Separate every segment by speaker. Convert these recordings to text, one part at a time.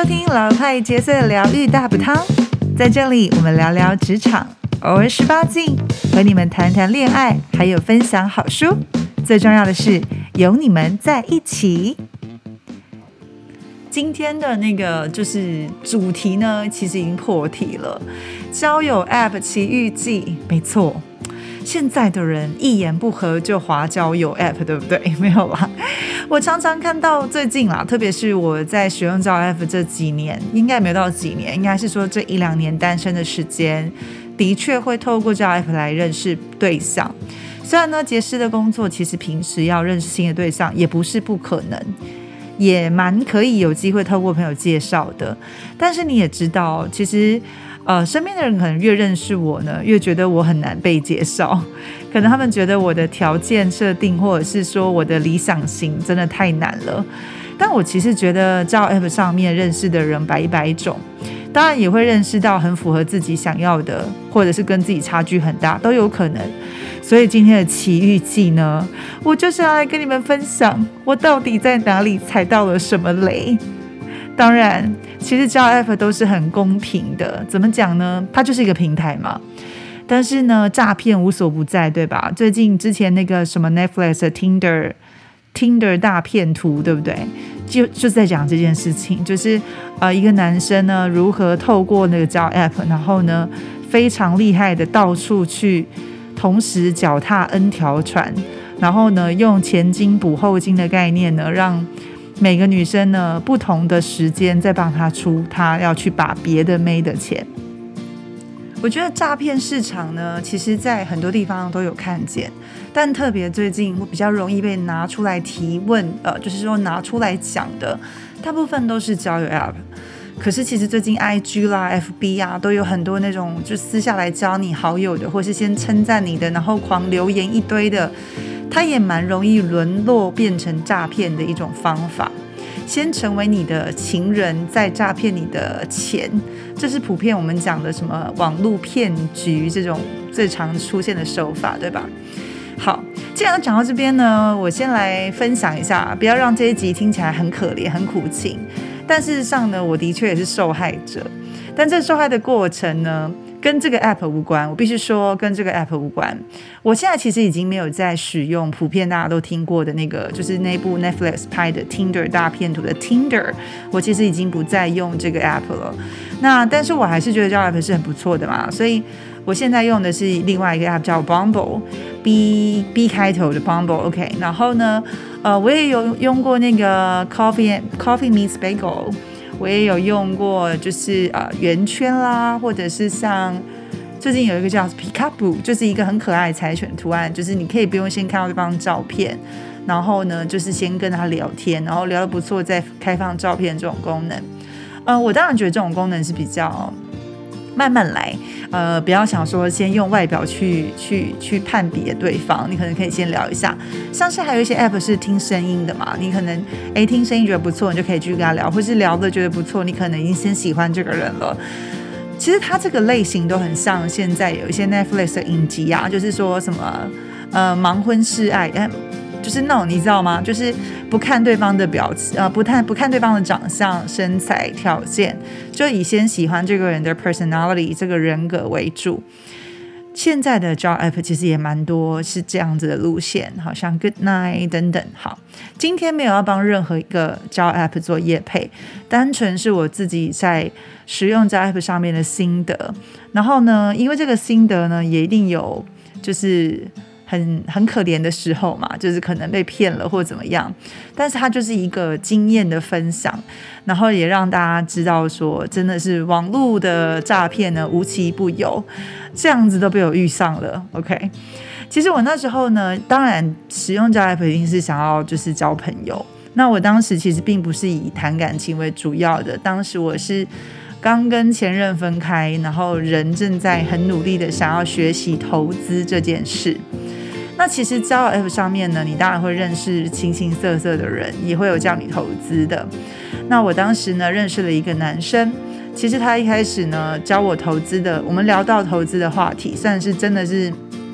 Speaker 1: 收听老派角色疗愈大补汤，在这里我们聊聊职场，偶尔18禁，和你们谈谈恋爱，还有分享好书。最重要的是有你们在一起。今天的那个就是主题呢，其实已经破题了，交友 App 奇遇记。没错，现在的人一言不合就滑交友 App， 对不对？没有啦，我常常看到最近啦，特别是我在使用交友 App 这几年，应该没有到几年，应该是说这1-2年单身的时间，的确会透过交友 App 来认识对象。虽然呢，杰师的工作其实平时要认识新的对象也不是不可能，也蛮可以有机会透过朋友介绍的，但是你也知道，其实身边的人可能越认识我呢，越觉得我很难被介绍，可能他们觉得我的条件设定或者是说我的理想型真的太难了。但我其实觉得交友 App 上面认识的人百百种，当然也会认识到很符合自己想要的，或者是跟自己差距很大都有可能。所以今天的奇遇记呢，我就是要来跟你们分享我到底在哪里踩到了什么雷。当然其实交友 App 都是很公平的，怎么讲呢，它就是一个平台嘛。但是呢，诈骗无所不在，对吧？最近之前那个什么 Netflix 的 Tinder 大骗图，对不对？就是在讲这件事情，就是一个男生呢如何透过那个交友 App， 然后呢非常厉害的到处去同时脚踏 N 条船，然后呢用前金补后金的概念呢，让每个女生呢不同的时间再帮她出她要去把别的妹的钱。我觉得诈骗市场呢，其实在很多地方都有看见，但特别最近比较容易被拿出来提问，就是说拿出来讲的，大部分都是交友 App。可是其实最近 IG 啦 FB 啊都有很多那种就私下来交你好友的，或是先称赞你的，然后狂留言一堆的，它也蛮容易沦落变成诈骗的一种方法。先成为你的情人，再诈骗你的钱，这是普遍我们讲的什么网络骗局这种最常出现的手法，对吧？好，既然讲到这边呢，我先来分享一下，不要让这一集听起来很可怜很苦情，但事实上呢，我的确也是受害者，但这受害的过程呢跟这个 app 无关，我必须说跟这个 app 无关。我现在其实已经没有在使用普遍大家都听过的那个，就是那部 Netflix 拍的 Tinder 大片图的 Tinder， 我其实已经不再用这个 app 了。那但是我还是觉得这个 app 是很不错的嘛，所以我现在用的是另外一个 app 叫 Bumble， B 开头的 Bumble，OK。然后呢，我也有用过那个 Coffee Meets Bagel。我也有用过，就是圆圈啦，或者是像最近有一个叫 Peekaboo， 就是一个很可爱的柴犬图案，就是你可以不用先看到对方的照片，然后呢就是先跟他聊天，然后聊得不错再开放照片这种功能。我当然觉得这种功能是比较慢慢来，不要想说先用外表去判别对方，你可能可以先聊一下。像是还有一些 app 是听声音的嘛，你可能听声音觉得不错，你就可以继续跟他聊，或是聊的觉得不错，你可能已经先喜欢这个人了。其实它这个类型都很像现在有一些 Netflix 的影集啊，就是说什么盲婚试爱，就是那种你知道吗？就是不看对方的表情，不看对方的长相、身材条件，就以先喜欢这个人的 personality 这个人格为主。现在的交友 app 其实也蛮多是这样子的路线，好像 Good Night 等等。好，今天没有要帮任何一个交友 app 做业配，单纯是我自己在使用交友 app 上面的心得。然后呢，因为这个心得呢，也一定有就是很可怜的时候嘛，就是可能被骗了或怎么样，但是它就是一个经验的分享，然后也让大家知道说，真的是网络的诈骗呢无奇不有，这样子都被我遇上了。 OK， 其实我那时候呢，当然使用交友 app 一定是想要就是交朋友，那我当时其实并不是以谈感情为主要的，当时我是刚跟前任分开，然后人正在很努力的想要学习投资这件事。那其实交友 App 上面呢，你当然会认识形形色色的人，也会有叫你投资的。那我当时呢认识了一个男生，其实他一开始呢教我投资的，我们聊到投资的话题，算是真的是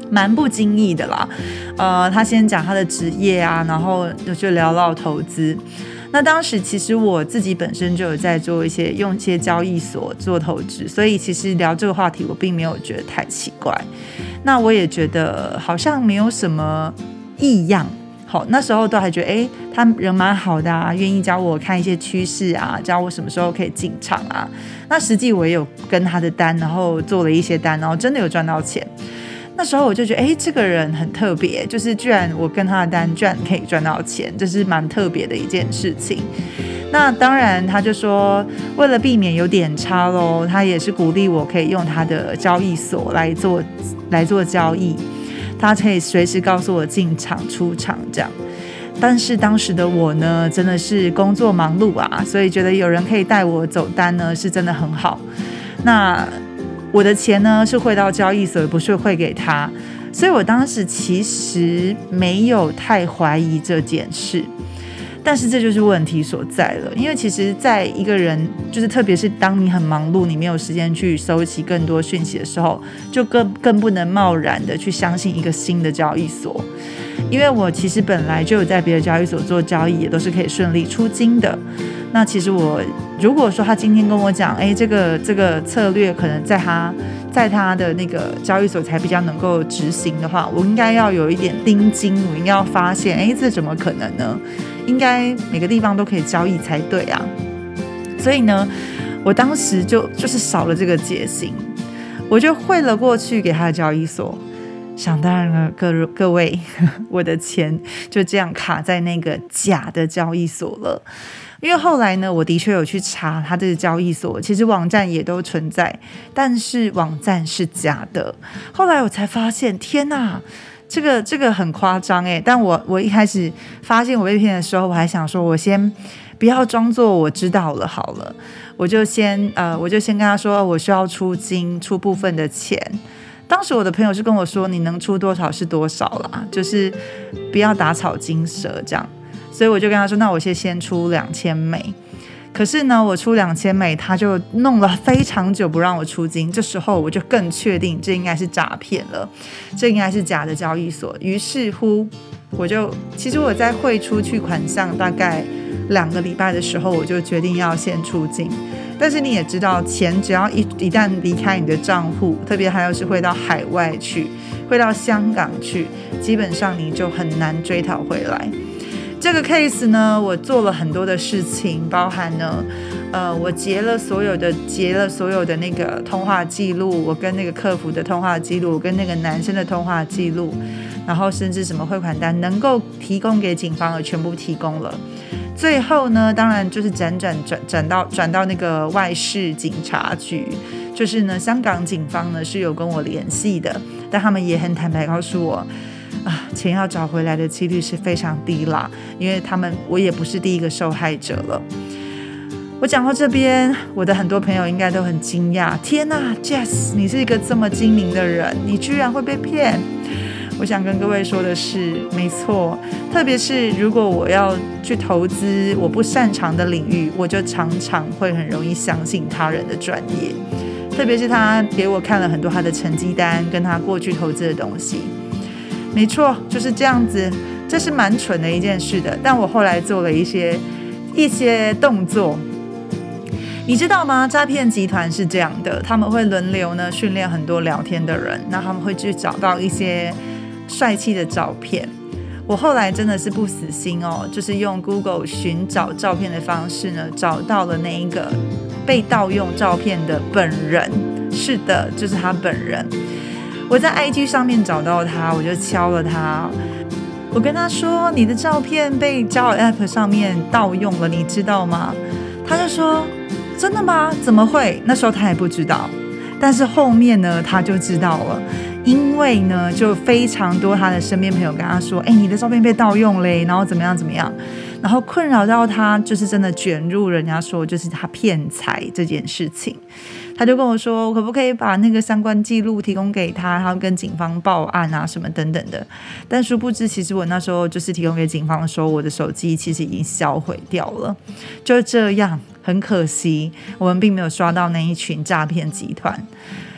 Speaker 1: 蛮不经意的啦。他先讲他的职业啊，然后就聊到投资。那当时其实我自己本身就有在做用一些交易所做投资，所以其实聊这个话题我并没有觉得太奇怪。那我也觉得好像没有什么异样。好，那时候都还觉得他人蛮好的啊，愿意教我看一些趋势啊，教我什么时候可以进场啊。那实际我也有跟他的单，然后做了一些单，然后真的有赚到钱。那时候我就觉得这个人很特别，就是居然我跟他的单居然可以赚到钱，这是蛮特别的一件事情。那当然他就说为了避免有点差咯，他也是鼓励我可以用他的交易所来做交易，他可以随时告诉我进场出场这样。但是当时的我呢，真的是工作忙碌啊，所以觉得有人可以带我走单呢，是真的很好。那我的钱呢是汇到交易所，也不是汇给他，所以我当时其实没有太怀疑这件事。但是这就是问题所在了，因为其实在一个人就是特别是当你很忙碌，你没有时间去收集更多讯息的时候，就更不能贸然的去相信一个新的交易所。因为我其实本来就有在别的交易所做交易，也都是可以顺利出金的。那其实我如果说他今天跟我讲这个策略可能在他的那个交易所才比较能够执行的话，我应该要有一点盯紧，我应该要发现这怎么可能呢？应该每个地方都可以交易才对啊。所以呢，我当时就是少了这个戒心，我就汇了过去给他的交易所。想当然了，各位，我的钱就这样卡在那个假的交易所了。因为后来呢，我的确有去查他这个交易所，其实网站也都存在，但是网站是假的。后来我才发现，天哪，这个很夸张但我一开始发现我被骗的时候，我还想说，我先不要装作我知道了好了，我就先跟他说，我需要出部分的钱。当时我的朋友是跟我说，你能出多少是多少啦，就是不要打草惊蛇这样。所以我就跟他说，那我先出2000美。可是呢，我出2000美，他就弄了非常久不让我出金。这时候我就更确定这应该是诈骗了，这应该是假的交易所。于是乎，其实我在汇出去款项大概2个礼拜的时候，我就决定要先出金。但是你也知道，钱只要一旦离开你的账户，特别还有是汇到海外去，汇到香港去，基本上你就很难追讨回来。这个 case 呢，我做了很多的事情，包含呢，我截了所有的那个通话记录，我跟那个客服的通话记录，我跟那个男生的通话记录，然后甚至什么汇款单能够提供给警方的全部提供了。最后呢，当然就是转到那个外事警察局，就是呢，香港警方呢是有跟我联系的，但他们也很坦白告诉我，钱要找回来的几率是非常低啦，因为我也不是第一个受害者了。我讲到这边，我的很多朋友应该都很惊讶，天哪 Jess， 你是一个这么精明的人，你居然会被骗。我想跟各位说的是，没错，特别是如果我要去投资我不擅长的领域，我就常常会很容易相信他人的专业，特别是他给我看了很多他的成绩单跟他过去投资的东西。没错，就是这样子，这是蛮蠢的一件事的，但我后来做了一些动作。你知道吗？诈骗集团是这样的，他们会轮流呢训练很多聊天的人，那他们会去找到一些帅气的照片。我后来真的是不死心就是用 Google 寻找照片的方式呢，找到了那一个被盗用照片的本人。是的，就是他本人。我在 IG 上面找到他，我就敲了他，我跟他说，你的照片被交友 App 上面盗用了，你知道吗？他就说，真的吗？怎么会？那时候他也不知道，但是后面呢他就知道了，因为呢就非常多他的身边朋友跟他说，你的照片被盗用嘞，然后怎么样，然后困扰到他，就是真的卷入人家说就是他骗财这件事情。他就跟我说，我可不可以把那个相关记录提供给他，他要跟警方报案啊什么等等的。但殊不知，其实我那时候就是提供给警方的时候，我的手机其实已经销毁掉了。就这样，很可惜，我们并没有刷到那一群诈骗集团。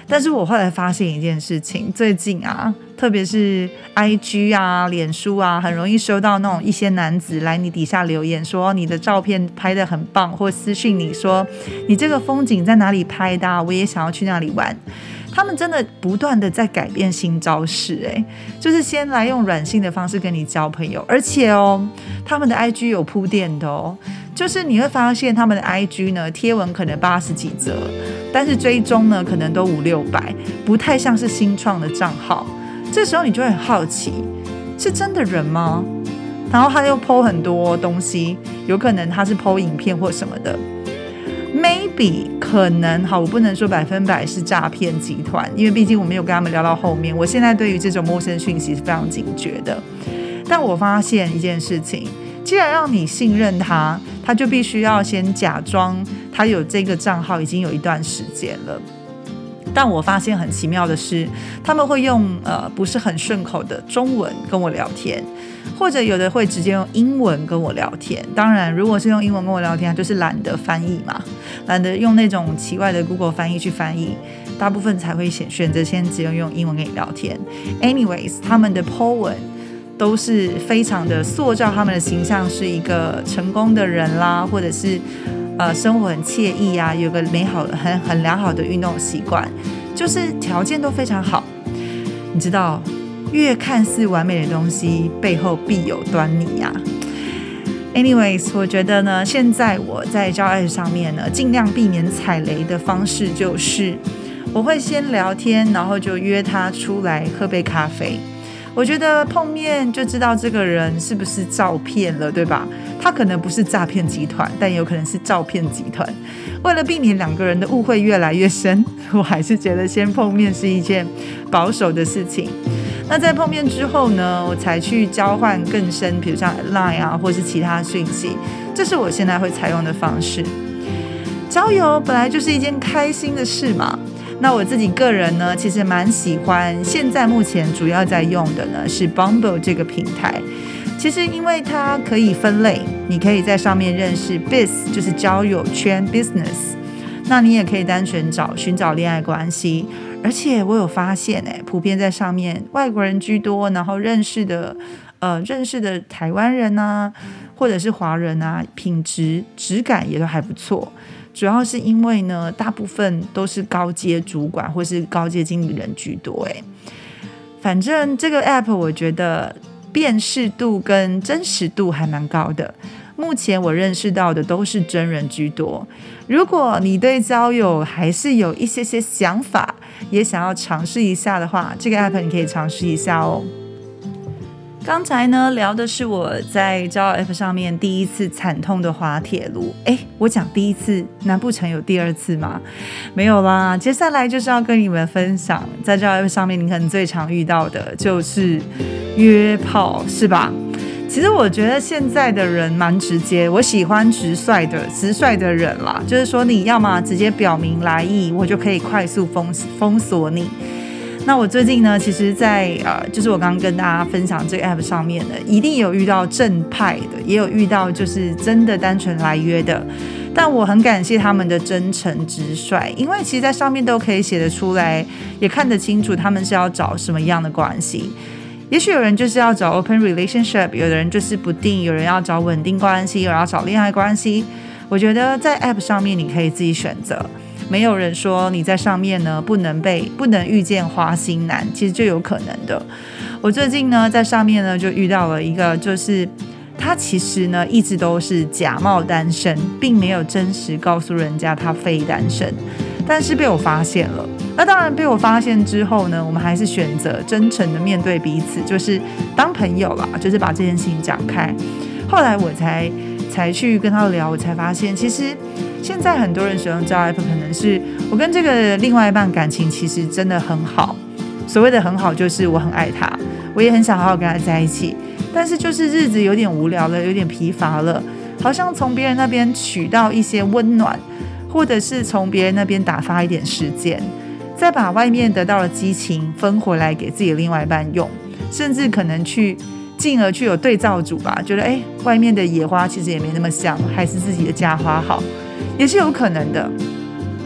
Speaker 1: 但是我后来发现一件事情，最近啊，特别是 IG 啊、脸书啊，很容易收到那种一些男子来你底下留言说你的照片拍得很棒，或私讯你说你这个风景在哪里拍的啊，我也想要去那里玩。他们真的不断的在改变新招式，就是先来用软性的方式跟你交朋友，而且他们的 IG 有铺垫的就是你会发现他们的 IG 呢，贴文可能80几则，但是追踪呢可能都500-600，不太像是新创的账号。这时候你就会很好奇，是真的人吗？然后他又 po 很多东西，有可能他是 po 影片或什么的。Maybe 可能好，我不能说100%是诈骗集团，因为毕竟我没有跟他们聊到后面。我现在对于这种陌生讯息是非常警觉的。但我发现一件事情，既然让你信任他，他就必须要先假装他有这个账号已经有一段时间了。但我发现很奇妙的是，他们会用不是很顺口的中文跟我聊天，或者有的会直接用英文跟我聊天。当然如果是用英文跟我聊天，就是懒得翻译嘛，懒得用那种奇怪的 Google 翻译去翻译，大部分才会选择先直接用英文跟你聊天。 Anyways， 他们的 po 文都是非常的塑造他们的形象是一个成功的人啦，或者是生活很惬意啊，有个很良好的运动习惯，就是条件都非常好。你知道，越看似完美的东西，背后必有端倪啊。Anyways， 我觉得呢，现在我在交友 App 上面呢，尽量避免踩雷的方式就是，我会先聊天，然后就约他出来喝杯咖啡。我觉得碰面就知道这个人是不是照骗了，对吧？他可能不是诈骗集团，但有可能是照骗集团。为了避免两个人的误会越来越深，我还是觉得先碰面是一件保守的事情。那在碰面之后呢，我才去交换更深，比如像 Line 啊，或是其他讯息，这是我现在会采用的方式。交友本来就是一件开心的事嘛。那我自己个人呢，其实蛮喜欢，现在目前主要在用的呢是 Bumble 这个平台。其实因为它可以分类，你可以在上面认识 Biz， 就是交友圈 Business， 那你也可以单纯寻找恋爱关系。而且我有发现普遍在上面外国人居多，然后认识的台湾人啊，或者是华人啊，质感也都还不错。主要是因为呢，大部分都是高阶主管或是高阶经理人居多。反正这个 app 我觉得辨识度跟真实度还蛮高的，目前我认识到的都是真人居多。如果你对交友还是有一些想法，也想要尝试一下的话，这个 app 你可以尝试一下哦。刚才呢聊的是我在交友 app 上面第一次惨痛的滑铁卢。我讲第一次，难不成有第二次吗？没有啦，接下来就是要跟你们分享，在交友 app 上面你可能最常遇到的就是约炮，是吧？其实我觉得现在的人蛮直接，我喜欢直率的人啦，就是说你要么直接表明来意，我就可以快速封锁你。那我最近呢，其实在就是我刚刚跟大家分享这个 app 上面的，一定有遇到正派的，也有遇到就是真的单纯来约的。但我很感谢他们的真诚直率，因为其实在上面都可以写得出来，也看得清楚他们是要找什么样的关系。也许有人就是要找 open relationship， 有的人就是不定，有人要找稳定关系，有人要找恋爱关系。我觉得在 app 上面你可以自己选择，没有人说你在上面呢不能遇见花心男，其实就有可能的。我最近呢在上面呢就遇到了一个，就是他其实呢一直都是假冒单身，并没有真实告诉人家他非单身，但是被我发现了。那当然被我发现之后呢，我们还是选择真诚的面对彼此，就是当朋友啦，就是把这件事情讲开。后来我才去跟他聊，我才发现其实现在很多人使用交友 app， 可能是我跟这个另外一半感情其实真的很好，所谓的很好就是我很爱他，我也很想好好跟他在一起，但是就是日子有点无聊了，有点疲乏了，好像从别人那边取到一些温暖，或者是从别人那边打发一点时间，再把外面得到的激情分回来给自己的另外一半用，甚至可能进而去有对照组吧，觉得外面的野花其实也没那么香，还是自己的家花好，也是有可能的。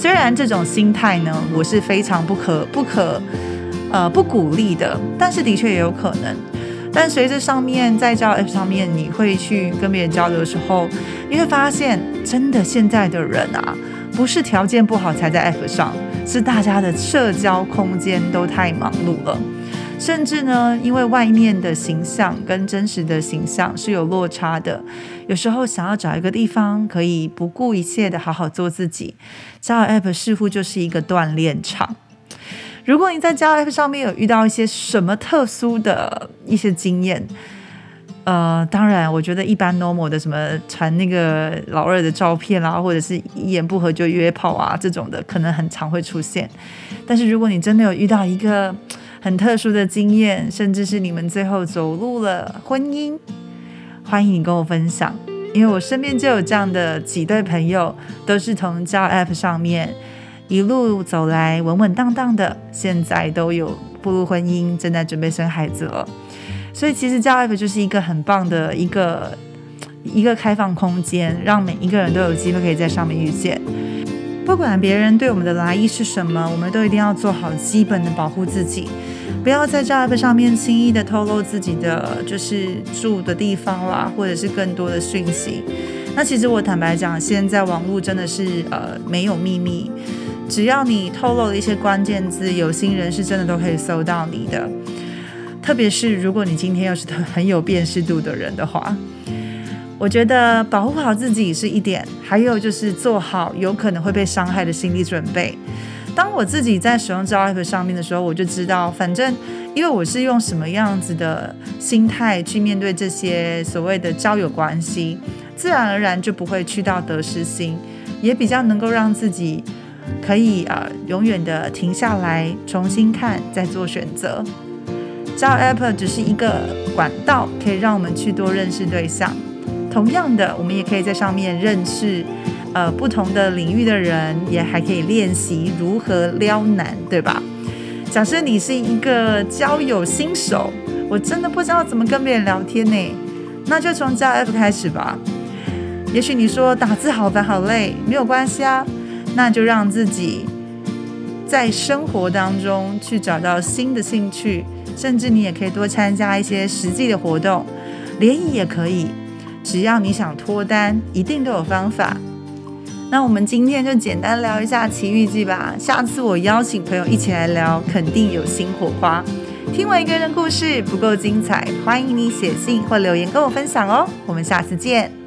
Speaker 1: 虽然这种心态呢，我是非常不鼓励的，但是的确也有可能。但随着在交友 App 上面，你会去跟别人交流的时候，你会发现，真的现在的人啊，不是条件不好才在 App 上，是大家的社交空间都太忙碌了，甚至呢，因为外面的形象跟真实的形象是有落差的，有时候想要找一个地方可以不顾一切的好好做自己，交友 App 似乎就是一个锻炼场。如果你在交友 App 上面有遇到一些什么特殊的一些经验，当然我觉得一般 normal 的什么传那个老二的照片啦，或者是一言不合就约炮啊，这种的可能很常会出现。但是如果你真的有遇到一个很特殊的经验，甚至是你们最后走入了婚姻，欢迎你跟我分享，因为我身边就有这样的几对朋友，都是从交友 App 上面一路走来稳稳当当的，现在都有步入婚姻，正在准备生孩子了。所以其实交友 App 就是一个很棒的一个开放空间，让每一个人都有机会可以在上面遇见。不管别人对我们的来意是什么，我们都一定要做好基本的保护自己，不要在交友 App 上面轻易的透露自己的就是住的地方啦，或者是更多的讯息。那其实我坦白讲，现在网络真的是没有秘密，只要你透露了一些关键字，有心人士真的都可以搜到你的。特别是如果你今天又是很有辨识度的人的话，我觉得保护好自己是一点，还有就是做好有可能会被伤害的心理准备。当我自己在使用交友 App 上面的时候，我就知道，反正因为我是用什么样子的心态去面对这些所谓的交友关系，自然而然就不会去到得失心，也比较能够让自己可以永远的停下来，重新看，再做选择。交友 App 只是一个管道，可以让我们去多认识对象。同样的，我们也可以在上面认识不同的领域的人，也还可以练习如何撩男，对吧？假设你是一个交友新手，我真的不知道怎么跟别人聊天呢，那就从交友 App 开始吧。也许你说打字好烦好累，没有关系啊，那就让自己在生活当中去找到新的兴趣，甚至你也可以多参加一些实际的活动，联谊也可以，只要你想脱单，一定都有方法。那我们今天就简单聊一下奇遇记吧，下次我邀请朋友一起来聊，肯定有新火花。听完一个人故事不够精彩，欢迎你写信或留言跟我分享哦，我们下次见。